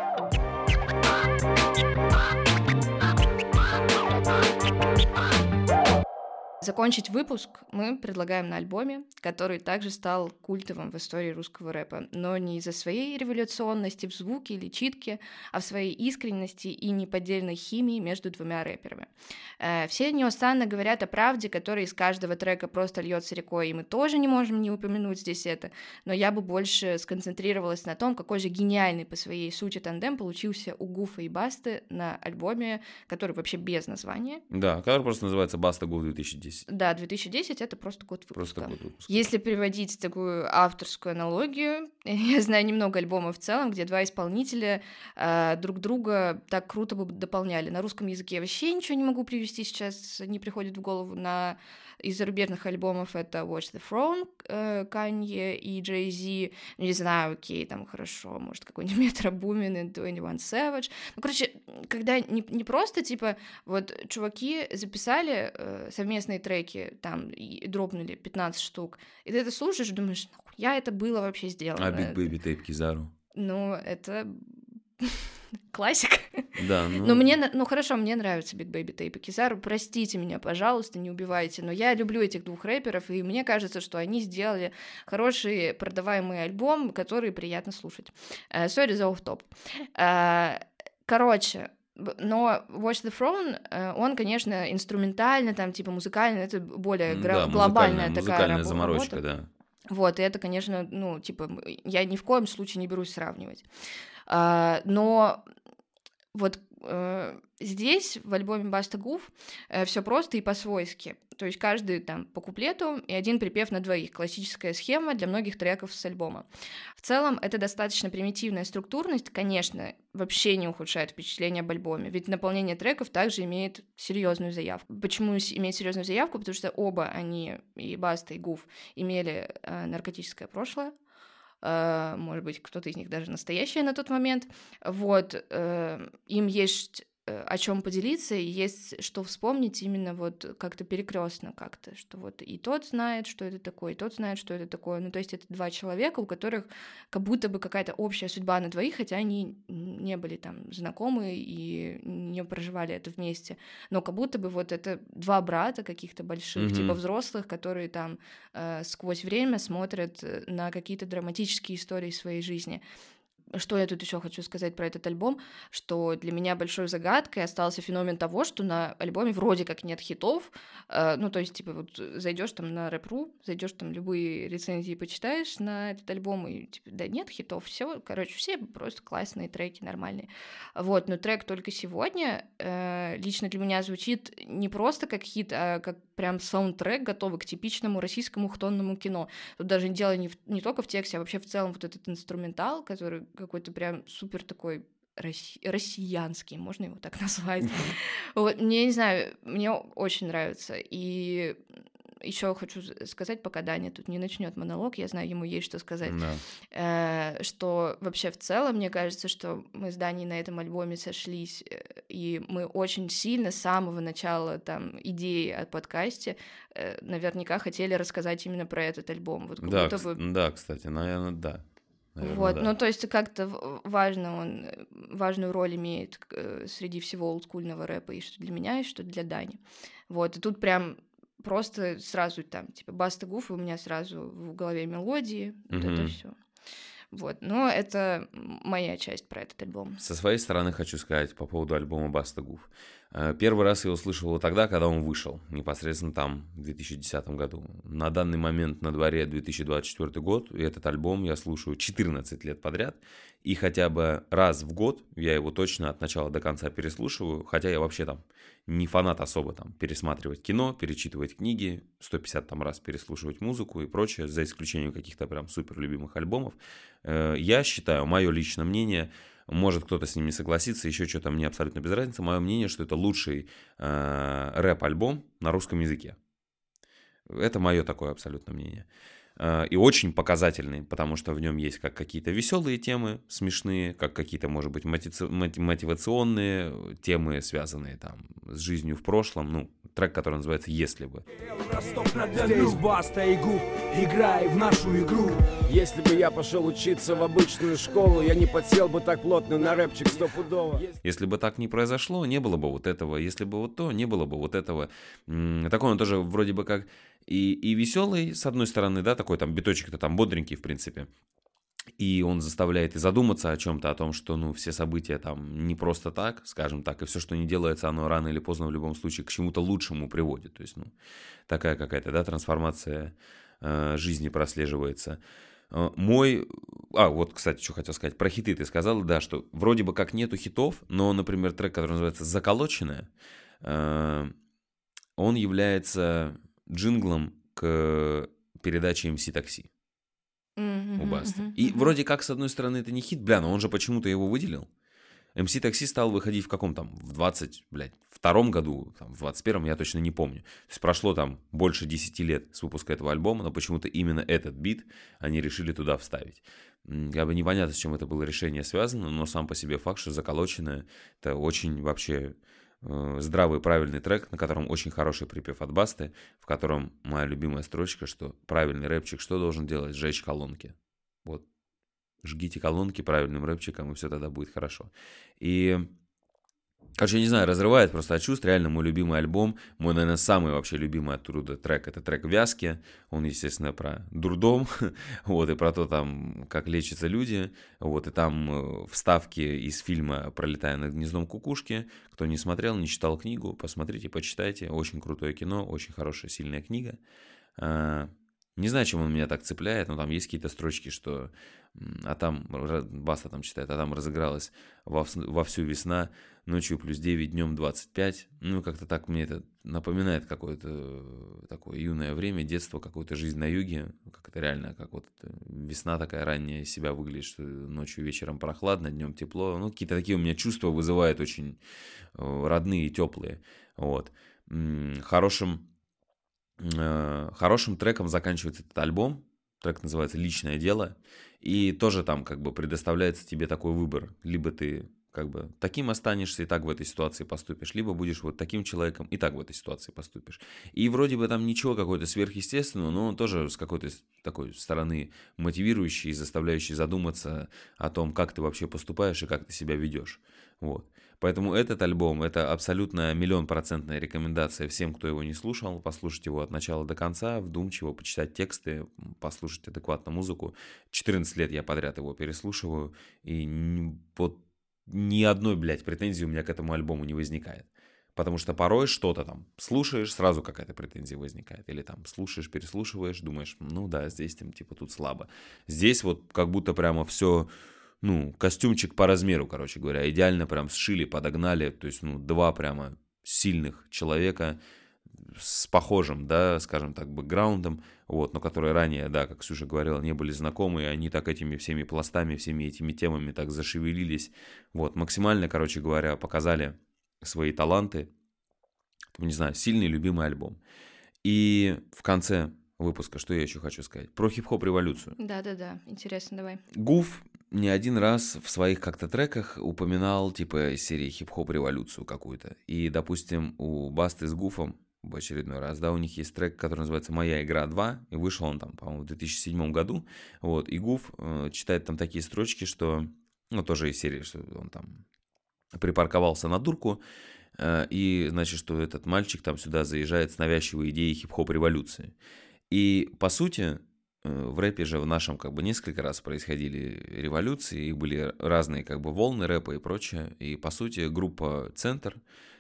Закончить выпуск мы предлагаем на альбоме, который также стал культовым в истории русского рэпа, но не из-за своей революционности в звуке или читке, а в своей искренности и неподдельной химии между двумя рэперами. Все неустанно говорят о правде, которая из каждого трека просто льется рекой, и мы тоже не можем не упомянуть здесь это, но я бы больше сконцентрировалась на том, какой же гениальный по своей сути тандем получился у Гуфа и Басты на альбоме, который вообще без названия. Да, который просто называется «Баста Гуф две тысячи десять». Да, две тысячи десять — это просто год выпуска. Просто год выпуска. Если переводить такую авторскую аналогию, я знаю немного альбомов в целом, где два исполнителя э, друг друга так круто бы дополняли. На русском языке я вообще ничего не могу привести сейчас, не приходит в голову. На из зарубежных альбомов это Watch the Throne, э, Kanye и Jay-Z. Не знаю, окей, там хорошо, может, какой-нибудь Метро Бумин и двадцать один Savage. Ну, короче, когда не, не просто, типа, вот чуваки записали э, совместные треки, там, и дропнули пятнадцать штук, и ты это слушаешь и думаешь, нахуя это было вообще сделано? А Big Baby Tape Кизару? Ну, это... классик. Да, ну... Но мне, ну хорошо, мне нравится Big Baby Tape и Кизару, простите меня, пожалуйста, не убивайте, но я люблю этих двух рэперов, и мне кажется, что они сделали хороший продаваемый альбом, который приятно слушать. Uh, sorry за офф-топ. Uh, короче, но Watch the Throne, он, конечно, инструментально, там, типа, музыкально, это более да, гра- глобальная такая музыкальная работа. заморочка, да. Вот, и это, конечно, ну, типа, я ни в коем случае не берусь сравнивать. Uh, но вот uh, здесь, в альбоме Баста Гуф, uh, все просто и по-свойски. То есть каждый там по куплету и один припев на двоих. Классическая схема для многих треков с альбома. В целом, это достаточно примитивная структурность, конечно, вообще не ухудшает впечатление об альбоме, ведь наполнение треков также имеет серьезную заявку. Почему имеет серьезную заявку? Потому что оба они, и Баста, и Гуф, имели uh, наркотическое прошлое. Uh, может быть, кто-то из них даже настоящий на тот момент. Вот, uh, им есть uh, о чем поделиться, и есть что вспомнить именно вот как-то перекрестно как-то, что вот и тот знает, что это такое, и тот знает, что это такое. Ну, то есть это два человека, у которых как будто бы какая-то общая судьба на двоих, хотя они не были там знакомы и не проживали это вместе, но как будто бы вот это два брата каких-то больших, mm-hmm. типа взрослых, которые там э, сквозь время смотрят на какие-то драматические истории своей жизни. что я тут еще хочу сказать про этот альбом, что для меня большой загадкой остался феномен того, что на альбоме вроде как нет хитов, э, ну, то есть, типа, вот зайдешь там на рэп.ру, зайдешь там любые рецензии почитаешь на этот альбом, и, типа, да нет хитов, все, короче, все просто классные треки, нормальные. Вот, но трек «Только сегодня» э, лично для меня звучит не просто как хит, а как прям саундтрек, готовый к типичному российскому хтонному кино. Тут даже дело не, в, не только в тексте, а вообще в целом вот этот инструментал, который какой-то прям супер такой росси- россиянский, можно его так назвать. Вот, мне, не знаю, мне очень нравится. И еще хочу сказать, пока Даня тут не начнет монолог, я знаю, ему есть что сказать, да. э, что вообще в целом, мне кажется, что мы с Даней на этом альбоме сошлись, и мы очень сильно с самого начала там идеи о подкасте э, наверняка хотели рассказать именно про этот альбом. Вот да, будто бы... да, кстати, наверное, да. Наверное, вот, да. ну то есть как-то важно он, важную роль имеет э, среди всего олдскульного рэпа, и что для меня, и что для Дани. Вот, и тут прям просто сразу там, типа, Баста Гуф, и у меня сразу в голове мелодии, вот mm-hmm. это все. Вот, но это моя часть про этот альбом. Со своей стороны хочу сказать по поводу альбома Баста Гуф. Первый раз я услышал его тогда, когда он вышел, непосредственно там, в две тысячи десятом году. На данный момент на дворе две тысячи двадцать четвёртый год, и этот альбом я слушаю четырнадцать лет подряд, и хотя бы раз в год я его точно от начала до конца переслушиваю, хотя я вообще там не фанат особо там пересматривать кино, перечитывать книги, сто пятьдесят там раз переслушивать музыку и прочее, за исключением каких-то прям супер любимых альбомов. Я считаю, мое личное мнение, может кто-то с ним не согласится, еще что-то, мне абсолютно без разницы, мое мнение, что это лучший э, рэп-альбом на русском языке. Это мое такое абсолютно мнение. И очень показательный, потому что в нем есть как какие-то веселые темы, смешные, как какие-то, может быть, мотивационные темы, связанные там с жизнью в прошлом. Ну, трек, который называется «Если бы». Здесь Баста и Гуф, играй в нашу игру. Если бы я пошел учиться в обычную школу, я не подсел бы так плотно на рэпчик стопудово. Если бы так не произошло, не было бы вот этого. Если бы вот то, не было бы вот этого. Такой он тоже вроде бы как и, и веселый, с одной стороны, да, такой там биточек-то там бодренький, в принципе. И он заставляет и задуматься о чем-то, о том, что, ну, все события там не просто так, скажем так, и все, что не делается, оно рано или поздно в любом случае к чему-то лучшему приводит. То есть, ну, такая какая-то, да, трансформация э, жизни прослеживается. Э, мой... А, вот, кстати, что хотел сказать. Про хиты ты сказал, да, что вроде бы как нету хитов, но, например, трек, который называется «Заколоченная», э, он является джинглом к передаче эм си Такси. У Басты. И вроде как, с одной стороны, это не хит, бля, но он же почему-то его выделил. эм си Такси стал выходить в каком там, в двадцать, блядь, втором году, там, в двадцать первом, я точно не помню. То есть прошло там больше десяти лет с выпуска этого альбома, но почему-то именно этот бит они решили туда вставить. Как бы непонятно, с чем это было решение связано, но сам по себе факт, что «Заколоченное» — это очень вообще... здравый, правильный трек, на котором очень хороший припев от Басты, в котором моя любимая строчка, что правильный рэпчик что должен делать? Сжечь колонки. Вот. Жгите колонки правильным рэпчиком, и все тогда будет хорошо. И, короче, я не знаю, разрывает просто от чувств. Реально мой любимый альбом, мой, наверное, самый вообще любимый оттуда трек, это трек «Вязки». Он, естественно, про дурдом, вот, и про то, там, как лечатся люди. Вот, и там вставки из фильма «Пролетая над гнездом кукушки». Кто не смотрел, не читал книгу, посмотрите, почитайте. Очень крутое кино, очень хорошая, сильная книга. Не знаю, чем он меня так цепляет, но там есть какие-то строчки, что... А там, Баста там читает, а там разыгралась вовсю весна, ночью плюс девять, днем двадцать пять. Ну, как-то так мне это напоминает какое-то такое юное время, детство, какую-то жизнь на юге. Как это реально, как вот весна такая ранняя из себя выглядит, что ночью, вечером прохладно, днем тепло. Ну, какие-то такие у меня чувства вызывают очень родные и теплые. Вот. Хорошим... Хорошим треком заканчивается этот альбом. Трек называется «Личное дело». И тоже там как бы предоставляется тебе такой выбор. Либо ты как бы таким останешься и так в этой ситуации поступишь, либо будешь вот таким человеком и так в этой ситуации поступишь. И вроде бы там ничего какое-то сверхъестественного, но тоже с какой-то такой стороны мотивирующей, заставляющей задуматься о том, как ты вообще поступаешь и как ты себя ведешь. Вот. Поэтому этот альбом — это абсолютно миллионпроцентная рекомендация всем, кто его не слушал. Послушать его от начала до конца, вдумчиво почитать тексты, послушать адекватно музыку. четырнадцать лет я подряд его переслушиваю, и вот ни одной, блядь, претензии у меня к этому альбому не возникает. Потому что порой что-то там слушаешь, сразу какая-то претензия возникает. Или там слушаешь, переслушиваешь, думаешь, ну да, здесь там типа тут слабо. Здесь вот как будто прямо все, ну, костюмчик по размеру, короче говоря. Идеально прям сшили, подогнали. То есть, ну, два прямо сильных человека с похожим, да, скажем так, бэкграундом, вот, но которые ранее, да, как Ксюша говорила, не были знакомы, и они так этими всеми пластами, всеми этими темами так зашевелились. Вот, максимально, короче говоря, показали свои таланты. Не знаю, сильный, любимый альбом. И в конце выпуска, что я еще хочу сказать? Про хип-хоп революцию. Да-да-да, интересно, давай. Гуф не один раз в своих как-то треках упоминал, типа, из серии хип-хоп революцию какую-то. И, допустим, у Басты с Гуфом в очередной раз, да, у них есть трек, который называется «Моя игра два», и вышел он там, по-моему, в две тысячи седьмом году. Вот, и Гуф э, читает там такие строчки, что, ну, тоже из серии, что он там припарковался на дурку, и, значит, что этот мальчик там сюда заезжает с навязчивой идеей хип-хоп революции. И, по сути, в рэпе же в нашем как бы несколько раз происходили революции, и были разные как бы волны рэпа и прочее. И, по сути, группа «Центр»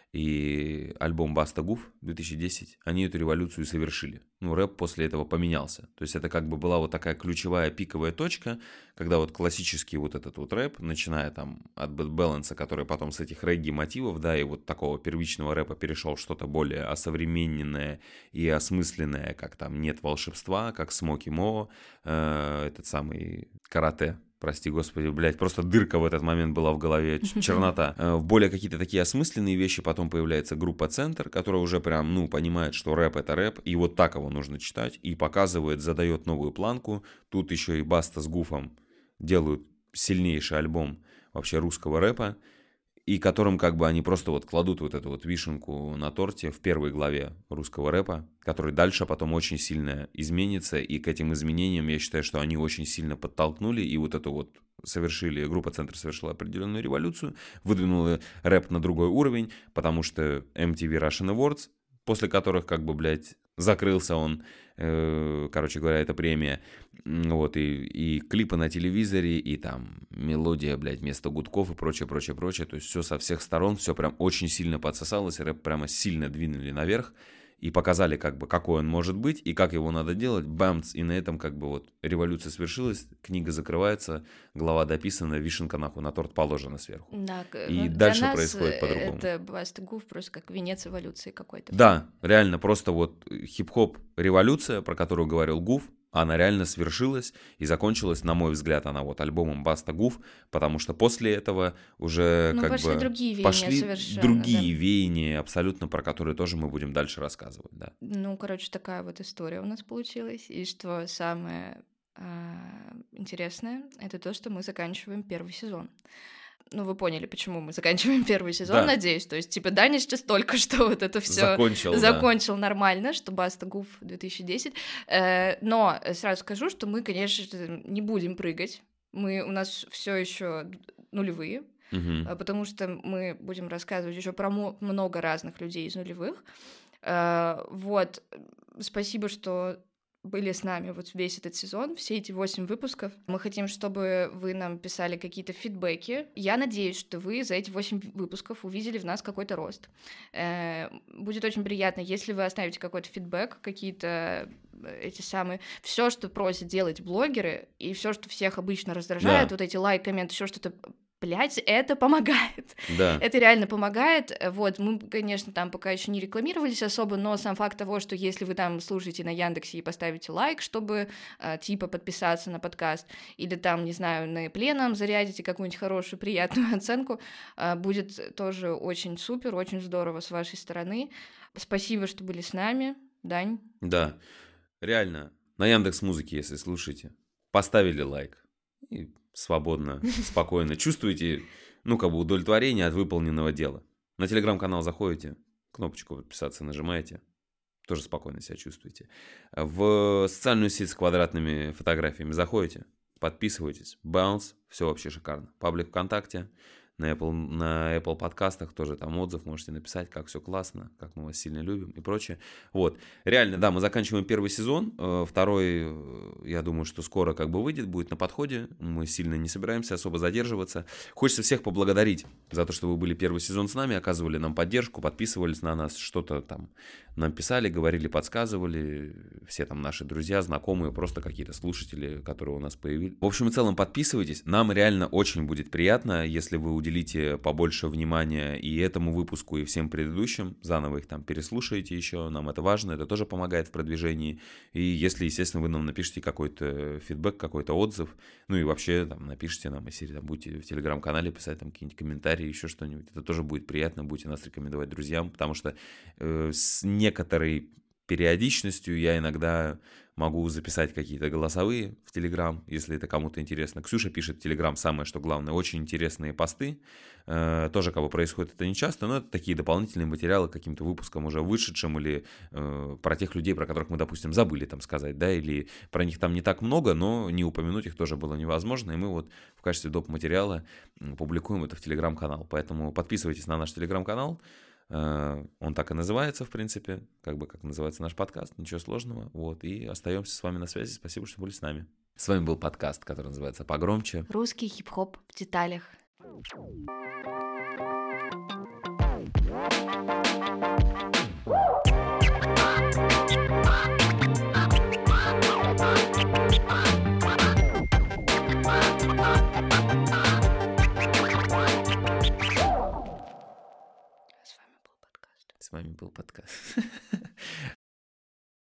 и альбом «Баста Гуф» две тысячи десятый, они эту революцию совершили. Ну, рэп после этого поменялся. То есть это как бы была вот такая ключевая пиковая точка, когда вот классический вот этот вот рэп, начиная там от Bad Balance, который потом с этих регги-мотивов, да, и вот такого первичного рэпа перешел в что-то более осовремененное и осмысленное, как там «Нет волшебства», как «Смоки Мо», э, этот самый «Карате». Прости, господи, блядь, просто дырка в этот момент была в голове, чернота. В более какие-то такие осмысленные вещи потом появляется группа «Центр», которая уже прям, ну, понимает, что рэп — это рэп, и вот так его нужно читать, и показывает, задает новую планку. Тут еще и Баста с Гуфом делают сильнейший альбом вообще русского рэпа, и которым как бы они просто вот кладут вот эту вот вишенку на торте в первой главе русского рэпа, который дальше потом очень сильно изменится, и к этим изменениям я считаю, что они очень сильно подтолкнули, и вот эту вот совершили, группа «Центр» совершила определенную революцию, выдвинула рэп на другой уровень, потому что эм ти ви Russian Awards, после которых как бы, блядь, закрылся он, э, короче говоря, эта премия, вот, и, и клипы на телевизоре, и там мелодия, блядь, вместо гудков и прочее, прочее, прочее, то есть все со всех сторон, все прям очень сильно подсосалось, рэп прямо сильно двинули наверх, и показали, как бы, какой он может быть, и как его надо делать, бамц, и на этом, как бы, вот, революция свершилась, книга закрывается, глава дописана, вишенка, нахуй, на торт положена сверху. Да, и ну, дальше нас происходит по-другому. Это Баста Гуф просто как венец эволюции какой-то. Да, реально, просто вот хип-хоп революция, про которую говорил Гуф, она реально свершилась и закончилась, на мой взгляд, она вот альбомом «Баста Гуф», потому что после этого уже ну, как пошли бы другие веяния пошли совершенно, другие да. веяния, абсолютно, про которые тоже мы будем дальше рассказывать, да. Ну, короче, такая вот история у нас получилась, и что самое э, интересное, это то, что мы заканчиваем первый сезон. Ну, вы поняли, почему мы заканчиваем первый сезон, да. Надеюсь. То есть, типа, Даня сейчас только что вот это все закончил, закончил да. нормально, что Баста Гуф две тысячи десятый. Э, но сразу скажу, что мы, конечно, не будем прыгать. Мы, у нас все еще нулевые, угу. потому что мы будем рассказывать еще про много разных людей из нулевых. Э, вот, спасибо, что были с нами вот весь этот сезон, все эти восемь выпусков. Мы хотим, чтобы вы нам писали какие-то фидбэки. Я надеюсь, что вы за эти восемь выпусков увидели в нас какой-то рост. Э, будет очень приятно, если вы оставите какой-то фидбэк, какие-то эти самые... Все, что просят делать блогеры, и все, что всех обычно раздражает, да. вот эти лайк, комменты, еще что-то... Блять, это помогает. Да. Это реально помогает. Вот, мы, конечно, там пока еще не рекламировались особо, но сам факт того, что если вы там слушаете на Яндексе и поставите лайк, чтобы э, типа подписаться на подкаст, или там, не знаю, на Apple нам зарядите какую-нибудь хорошую, приятную оценку, э, будет тоже очень супер, очень здорово с вашей стороны. Спасибо, что были с нами. Дань? Да, реально. На Яндекс.Музыке, если слушаете, поставили лайк и свободно, спокойно чувствуете, ну, как бы удовлетворение от выполненного дела. На телеграм-канал заходите, кнопочку подписаться нажимаете, тоже спокойно себя чувствуете. В социальную сеть с квадратными фотографиями заходите, подписывайтесь, баунс, все вообще шикарно. Паблик ВКонтакте, на Apple, на Apple подкастах тоже там отзыв можете написать, как все классно, как мы вас сильно любим и прочее. Вот, реально, да, мы заканчиваем первый сезон, второй, я думаю, что скоро как бы выйдет, будет на подходе, мы сильно не собираемся особо задерживаться. Хочется всех поблагодарить за то, что вы были первый сезон с нами, оказывали нам поддержку, подписывались на нас, что-то там нам писали, говорили, подсказывали, все там наши друзья, знакомые, просто какие-то слушатели, которые у нас появились. В общем и целом, подписывайтесь, нам реально очень будет приятно, если вы уделите побольше внимания и этому выпуску, и всем предыдущим, заново их там переслушаете еще, нам это важно, это тоже помогает в продвижении, и если, естественно, вы нам напишите какой-то фидбэк, какой-то отзыв, ну и вообще там напишите нам, если там будете в телеграм-канале писать там какие-нибудь комментарии, еще что-нибудь, это тоже будет приятно, будете нас рекомендовать друзьям, потому что э, с некоторой периодичностью я иногда могу записать какие-то голосовые в Телеграм, если это кому-то интересно. Ксюша пишет в Телеграм, самое что главное, очень интересные посты. Э, тоже как бы происходит это не часто, но это такие дополнительные материалы к каким-то выпускам уже вышедшим, или э, про тех людей, про которых мы, допустим, забыли там сказать, да, или про них там не так много, но не упомянуть их тоже было невозможно, и мы вот в качестве доп. Материала публикуем это в Телеграм-канал. Поэтому подписывайтесь на наш Телеграм-канал. Он так и называется, в принципе, как бы как называется наш подкаст, ничего сложного. Вот, и остаемся с вами на связи. Спасибо, что были с нами. С вами был подкаст, который называется «Погромче». Русский хип-хоп в деталях. С вами был подкаст.